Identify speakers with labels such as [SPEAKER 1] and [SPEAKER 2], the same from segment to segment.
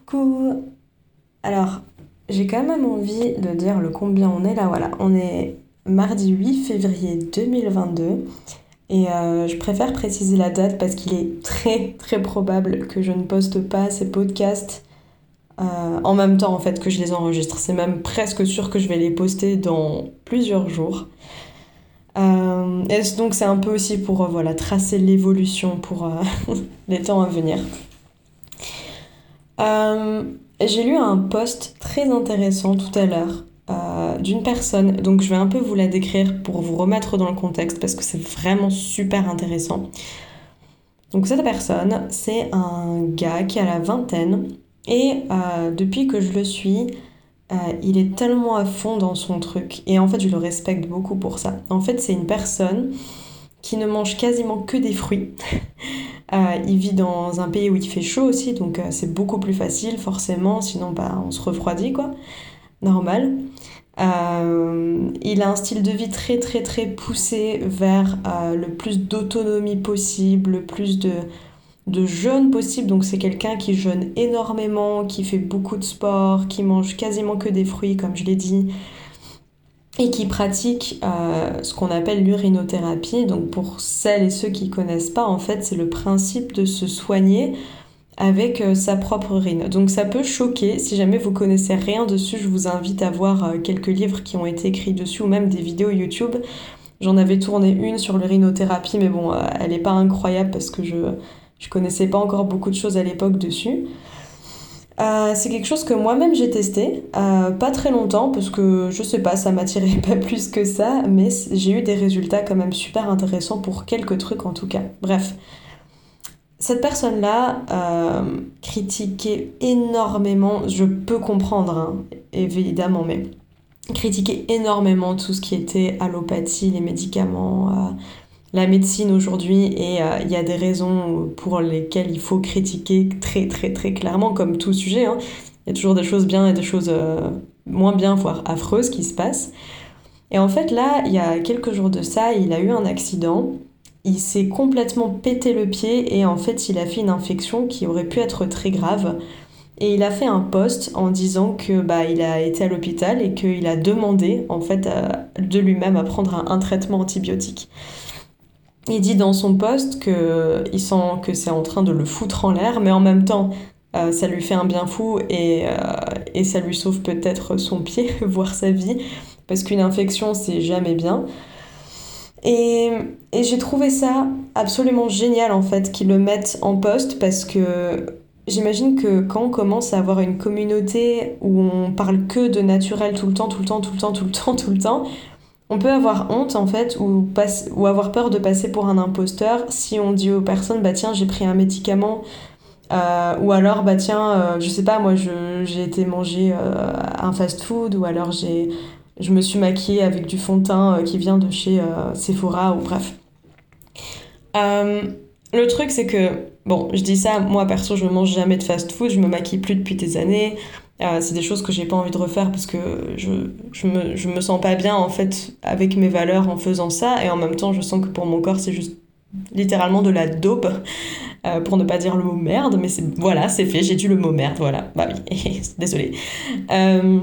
[SPEAKER 1] Coucou. Alors, j'ai quand même envie de dire le combien on est là. Voilà, on est mardi 8 février 2022 et je préfère préciser la date parce qu'il est très très probable que je ne poste pas ces podcasts en même temps en fait que je les enregistre. C'est même presque sûr que je vais les poster dans plusieurs jours. Et donc c'est un peu aussi pour voilà, tracer l'évolution pour les temps à venir. Euh, j'ai lu un post très intéressant tout à l'heure d'une personne, donc je vais un peu vous la décrire pour vous remettre dans le contexte parce que c'est vraiment super intéressant. Donc cette personne, c'est un gars qui a la vingtaine et depuis que je le suis, il est tellement à fond dans son truc et en fait je le respecte beaucoup pour ça. En fait c'est une personne qui ne mange quasiment que des fruits. Il vit dans un pays où il fait chaud aussi, donc c'est beaucoup plus facile forcément, sinon bah, on se refroidit quoi, normal. Il a un style de vie très très très poussé vers le plus d'autonomie possible, le plus de jeûne possible, donc c'est quelqu'un qui jeûne énormément, qui fait beaucoup de sport, qui mange quasiment que des fruits comme je l'ai dit, et qui pratique ce qu'on appelle l'urinothérapie. Donc pour celles et ceux qui connaissent pas, en fait, c'est le principe de se soigner avec sa propre urine. Donc ça peut choquer, si jamais vous connaissez rien dessus, je vous invite à voir quelques livres qui ont été écrits dessus ou même des vidéos YouTube. J'en avais tourné une sur l'urinothérapie, mais bon, elle est pas incroyable parce que je connaissais pas encore beaucoup de choses à l'époque dessus. C'est quelque chose que moi-même j'ai testé, pas très longtemps parce que je sais pas, ça m'attirait pas plus que ça, mais j'ai eu des résultats quand même super intéressants pour quelques trucs en tout cas. Bref, cette personne-là critiquait énormément, je peux comprendre hein, évidemment, mais critiquait énormément tout ce qui était allopathie, les médicaments, la médecine aujourd'hui et il y a des raisons pour lesquelles il faut critiquer très très très clairement comme tout sujet. Hein. Il y a toujours des choses bien et des choses moins bien, voire affreuses qui se passent. Et en fait là, il y a quelques jours de ça, il a eu un accident. Il s'est complètement pété le pied et en fait il a fait une infection qui aurait pu être très grave. Et il a fait un post en disant que bah, il a été à l'hôpital et qu'il a demandé en fait de lui-même à prendre un traitement antibiotique. Il dit dans son post qu'il sent que c'est en train de le foutre en l'air, mais en même temps, ça lui fait un bien fou et ça lui sauve peut-être son pied, voire sa vie, parce qu'une infection, c'est jamais bien. Et, et j'ai trouvé ça absolument génial, en fait, qu'ils le mettent en post, parce que j'imagine que quand on commence à avoir une communauté où on parle que de naturel tout le temps, tout le temps, tout le temps, tout le temps, tout le temps, on peut avoir honte en fait ou avoir peur de passer pour un imposteur si on dit aux personnes bah tiens j'ai pris un médicament ou alors bah tiens je sais pas moi j'ai été manger un fast food ou alors je me suis maquillée avec du fond de teint qui vient de chez Sephora ou bref. Euh, le truc c'est que bon je dis ça moi perso je ne mange jamais de fast food, je me maquille plus depuis des années. C'est des choses que j'ai pas envie de refaire parce que je me sens pas bien en fait avec mes valeurs en faisant ça et en même temps je sens que pour mon corps c'est juste littéralement de la dope pour ne pas dire le mot merde mais voilà c'est fait j'ai dit le mot merde voilà bah oui désolée. Euh,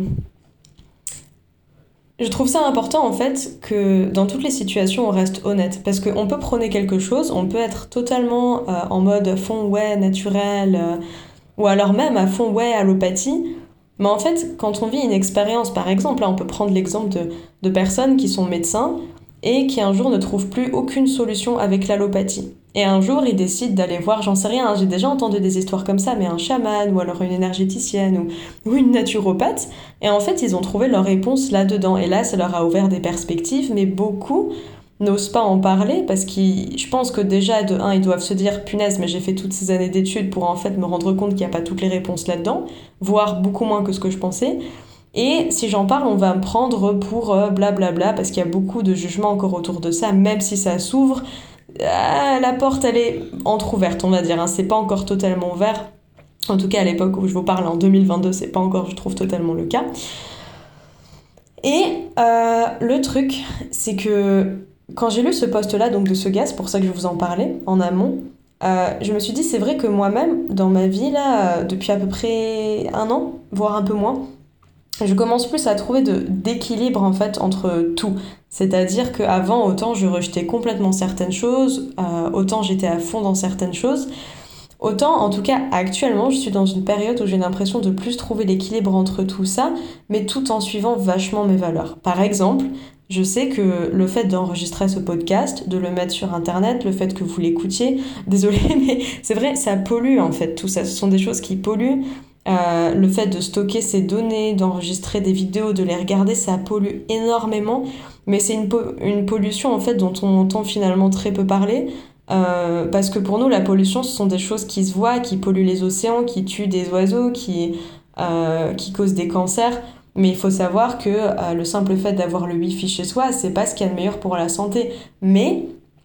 [SPEAKER 1] je trouve ça important en fait que dans toutes les situations on reste honnête parce qu'on peut prôner quelque chose, on peut être totalement en mode fond ouais naturel ou alors même à fond ouais allopathie. Mais en fait, quand on vit une expérience, par exemple, là on peut prendre l'exemple de personnes qui sont médecins et qui un jour ne trouvent plus aucune solution avec l'allopathie. Et un jour, ils décident d'aller voir, j'en sais rien, hein, j'ai déjà entendu des histoires comme ça, mais un chaman ou alors une énergéticienne ou une naturopathe. Et en fait, ils ont trouvé leur réponse là-dedans. Et là, ça leur a ouvert des perspectives, mais beaucoup n'osent pas en parler parce que je pense que déjà, de un, ils doivent se dire, punaise, mais j'ai fait toutes ces années d'études pour en fait me rendre compte qu'il n'y a pas toutes les réponses là-dedans, voire beaucoup moins que ce que je pensais. Et si j'en parle, on va me prendre pour blablabla, parce qu'il y a beaucoup de jugements encore autour de ça, même si ça s'ouvre. La porte, elle est entrouverte, on va dire. Hein. C'est pas encore totalement ouvert. En tout cas, à l'époque où je vous parle, en 2022, c'est pas encore, je trouve, totalement le cas. Et le truc, c'est que quand j'ai lu ce post-là, donc de ce gars, c'est pour ça que je vous en parlais en amont, je me suis dit, c'est vrai que moi-même, dans ma vie, là, depuis à peu près 1 an, voire un peu moins, je commence plus à trouver d'équilibre en fait entre tout. C'est-à-dire qu'avant, autant je rejetais complètement certaines choses, autant j'étais à fond dans certaines choses, autant en tout cas actuellement je suis dans une période où j'ai l'impression de plus trouver l'équilibre entre tout ça, mais tout en suivant vachement mes valeurs. Par exemple, je sais que le fait d'enregistrer ce podcast, de le mettre sur internet, le fait que vous l'écoutiez, désolé mais c'est vrai, ça pollue en fait tout ça, ce sont des choses qui polluent. Le fait de stocker ces données, d'enregistrer des vidéos, de les regarder, ça pollue énormément. Mais c'est une pollution en fait dont on entend finalement très peu parler. Parce que pour nous, la pollution, ce sont des choses qui se voient, qui polluent les océans, qui tuent des oiseaux, qui causent des cancers. Mais il faut savoir que le simple fait d'avoir le wifi chez soi, c'est pas ce qu'il y a de meilleur pour la santé. Mais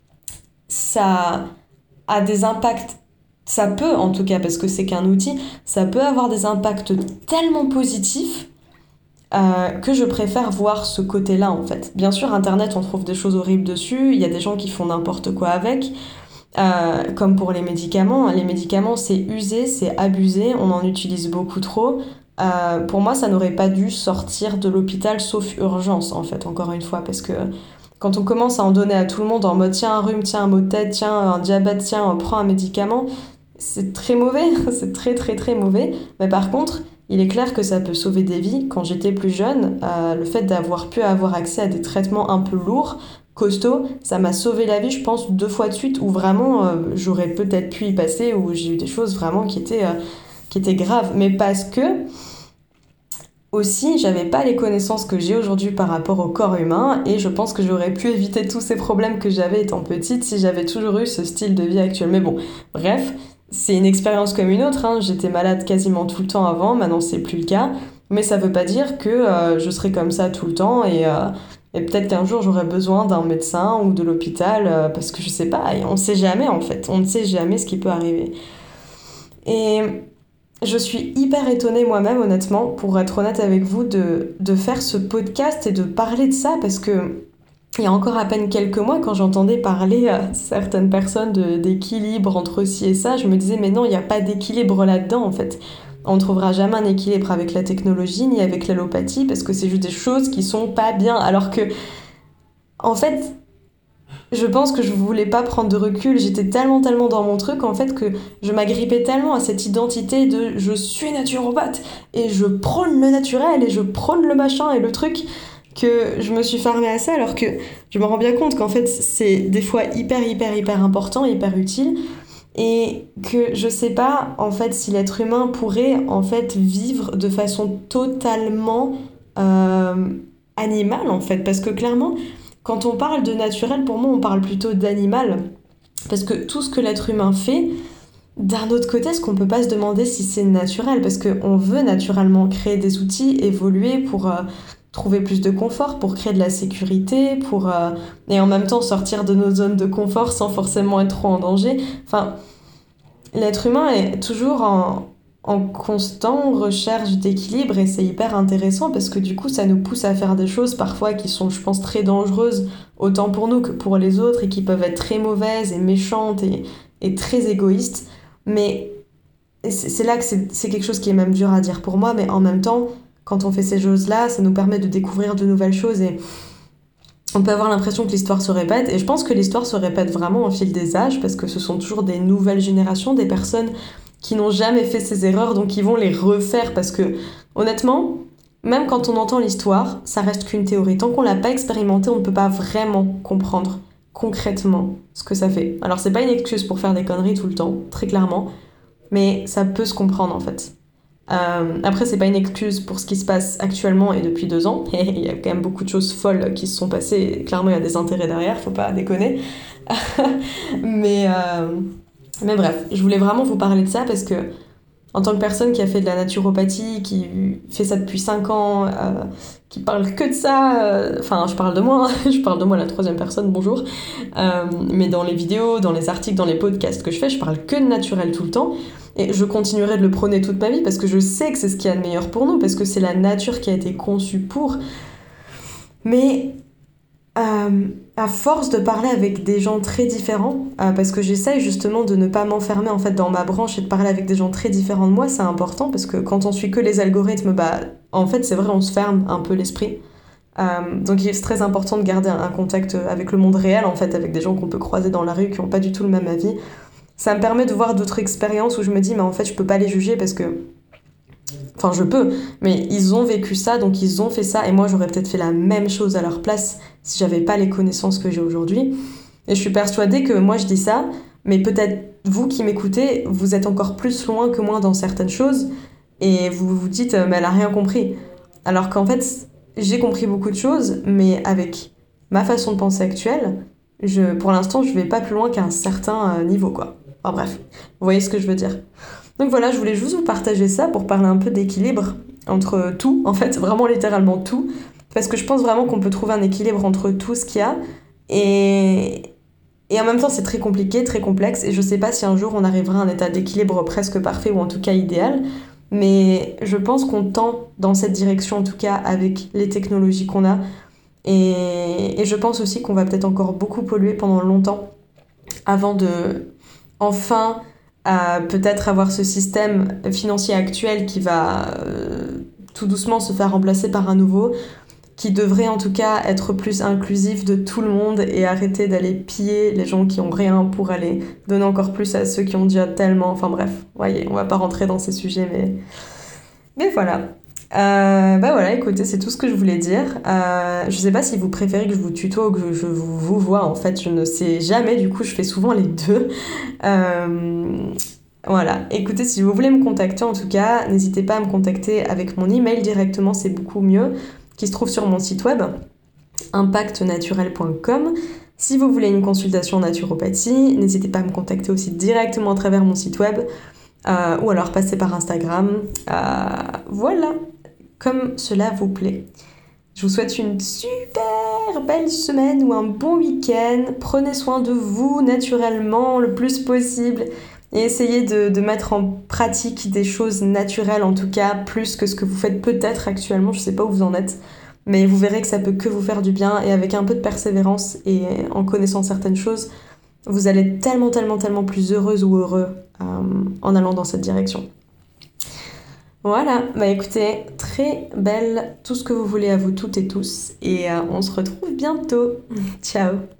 [SPEAKER 1] ça a des impacts, ça peut en tout cas, parce que c'est qu'un outil, ça peut avoir des impacts tellement positifs que je préfère voir ce côté-là en fait. Bien sûr, Internet, on trouve des choses horribles dessus, il y a des gens qui font n'importe quoi avec, comme pour les médicaments. Les médicaments, c'est usé, c'est abusé, on en utilise beaucoup trop. Pour moi, ça n'aurait pas dû sortir de l'hôpital sauf urgence en fait, encore une fois, parce que quand on commence à en donner à tout le monde en mode tiens un rhume, tiens un mot de tête, tiens un diabète, tiens prends un médicament, c'est très mauvais, c'est très très très mauvais. Mais par contre, il est clair que ça peut sauver des vies. Quand j'étais plus jeune, le fait d'avoir pu avoir accès à des traitements un peu lourds, costauds, ça m'a sauvé la vie, je pense, 2 fois de suite, où vraiment j'aurais peut-être pu y passer, où j'ai eu des choses vraiment qui étaient graves. Mais parce que aussi, j'avais pas les connaissances que j'ai aujourd'hui par rapport au corps humain et je pense que j'aurais pu éviter tous ces problèmes que j'avais étant petite si j'avais toujours eu ce style de vie actuel. Mais bon, bref, c'est une expérience comme une autre, hein. J'étais malade quasiment tout le temps avant, maintenant c'est plus le cas. Mais ça veut pas dire que je serai comme ça tout le temps et peut-être qu'un jour j'aurai besoin d'un médecin ou de l'hôpital parce que je sais pas, et on sait jamais en fait, on ne sait jamais ce qui peut arriver. Et je suis hyper étonnée moi-même, honnêtement, pour être honnête avec vous, de faire ce podcast et de parler de ça parce que il y a encore à peine quelques mois, quand j'entendais parler à certaines personnes d'équilibre entre ci et ça, je me disais, mais non, il n'y a pas d'équilibre là-dedans, en fait. On ne trouvera jamais un équilibre avec la technologie ni avec l'allopathie parce que c'est juste des choses qui sont pas bien. Alors que, en fait, je pense que je voulais pas prendre de recul, j'étais tellement dans mon truc en fait que je m'agrippais tellement à cette identité de je suis naturopathe et je prône le naturel et je prône le machin et le truc que je me suis fermée à ça alors que je me rends bien compte qu'en fait c'est des fois hyper important, hyper utile et que je sais pas en fait si l'être humain pourrait en fait vivre de façon totalement euh, animale en fait parce que clairement quand on parle de naturel, pour moi, on parle plutôt d'animal. Parce que tout ce que l'être humain fait, d'un autre côté, est-ce qu'on peut pas se demander si c'est naturel? Parce qu'on veut naturellement créer des outils, évoluer pour trouver plus de confort, pour créer de la sécurité, et en même temps sortir de nos zones de confort sans forcément être trop en danger. Enfin, l'être humain est toujours en constant recherche d'équilibre et c'est hyper intéressant parce que du coup ça nous pousse à faire des choses parfois qui sont je pense très dangereuses autant pour nous que pour les autres et qui peuvent être très mauvaises et méchantes et très égoïstes mais c'est là que c'est quelque chose qui est même dur à dire pour moi mais en même temps quand on fait ces choses-là ça nous permet de découvrir de nouvelles choses et on peut avoir l'impression que l'histoire se répète et je pense que l'histoire se répète vraiment au fil des âges parce que ce sont toujours des nouvelles générations, des personnes qui n'ont jamais fait ces erreurs donc qui vont les refaire parce que honnêtement, même quand on entend l'histoire, ça reste qu'une théorie. Tant qu'on l'a pas expérimenté, on ne peut pas vraiment comprendre concrètement ce que ça fait. Alors c'est pas une excuse pour faire des conneries tout le temps, très clairement, mais ça peut se comprendre en fait. Après, c'est pas une excuse pour ce qui se passe actuellement et depuis 2 ans. Il y a quand même beaucoup de choses folles qui se sont passées. Et clairement, il y a des intérêts derrière, faut pas déconner. mais, mais bref, je voulais vraiment vous parler de ça parce que, en tant que personne qui a fait de la naturopathie, qui fait ça depuis 5 ans, qui parle que de ça, enfin, je parle de moi, hein, je parle de moi à la troisième personne, bonjour. Mais dans les vidéos, dans les articles, dans les podcasts que je fais, je parle que de naturel tout le temps. Et je continuerai de le prôner toute ma vie parce que je sais que c'est ce qu'il y a de meilleur pour nous, parce que c'est la nature qui a été conçue pour. Mais À force de parler avec des gens très différents, parce que j'essaye justement de ne pas m'enfermer en fait dans ma branche et de parler avec des gens très différents de moi, c'est important parce que quand on suit que les algorithmes, bah en fait c'est vrai on se ferme un peu l'esprit. Donc c'est très important de garder un contact avec le monde réel en fait, avec des gens qu'on peut croiser dans la rue qui n'ont pas du tout le même avis. Ça me permet de voir d'autres expériences où je me dis mais en fait je peux pas les juger parce que enfin, je peux, mais ils ont vécu ça, donc ils ont fait ça, et moi j'aurais peut-être fait la même chose à leur place si j'avais pas les connaissances que j'ai aujourd'hui. Et je suis persuadée que moi je dis ça, mais peut-être vous qui m'écoutez, vous êtes encore plus loin que moi dans certaines choses, et vous vous dites, mais elle a rien compris. Alors qu'en fait, j'ai compris beaucoup de choses, mais avec ma façon de penser actuelle, pour l'instant, je vais pas plus loin qu'à un certain niveau, quoi. Enfin bref, vous voyez ce que je veux dire. Donc voilà, je voulais juste vous partager ça pour parler un peu d'équilibre entre tout, en fait, vraiment littéralement tout, parce que je pense vraiment qu'on peut trouver un équilibre entre tout ce qu'il y a, et, et en même temps c'est très compliqué, très complexe, et je sais pas si un jour on arrivera à un état d'équilibre presque parfait, ou en tout cas idéal, mais je pense qu'on tend dans cette direction, en tout cas avec les technologies qu'on a, et je pense aussi qu'on va peut-être encore beaucoup polluer pendant longtemps avant de enfin peut-être avoir ce système financier actuel qui va tout doucement se faire remplacer par un nouveau, qui devrait en tout cas être plus inclusif de tout le monde et arrêter d'aller piller les gens qui ont rien pour aller donner encore plus à ceux qui ont déjà tellement. Enfin bref, voyez, on va pas rentrer dans ces sujets, mais voilà. Bah voilà, écoutez, c'est tout ce que je voulais dire. Je sais pas si vous préférez que je vous tutoie ou que je vous vois, en fait, je ne sais jamais, du coup, je fais souvent les deux. Euh, voilà, écoutez, si vous voulez me contacter, en tout cas, n'hésitez pas à me contacter avec mon email directement, c'est beaucoup mieux, qui se trouve sur mon site web, impactnaturel.com. Si vous voulez une consultation en naturopathie, n'hésitez pas à me contacter aussi directement à travers mon site web, ou alors passer par Instagram. Voilà, comme cela vous plaît. Je vous souhaite une super belle semaine ou un bon week-end. Prenez soin de vous naturellement le plus possible et essayez de mettre en pratique des choses naturelles, en tout cas plus que ce que vous faites peut-être actuellement. Je sais pas où vous en êtes, mais vous verrez que ça peut que vous faire du bien, et avec un peu de persévérance et en connaissant certaines choses, vous allez être tellement, tellement, tellement plus heureuse ou heureux en allant dans cette direction. Voilà, bah écoutez, très belle, tout ce que vous voulez à vous toutes et tous, et on se retrouve bientôt. Ciao.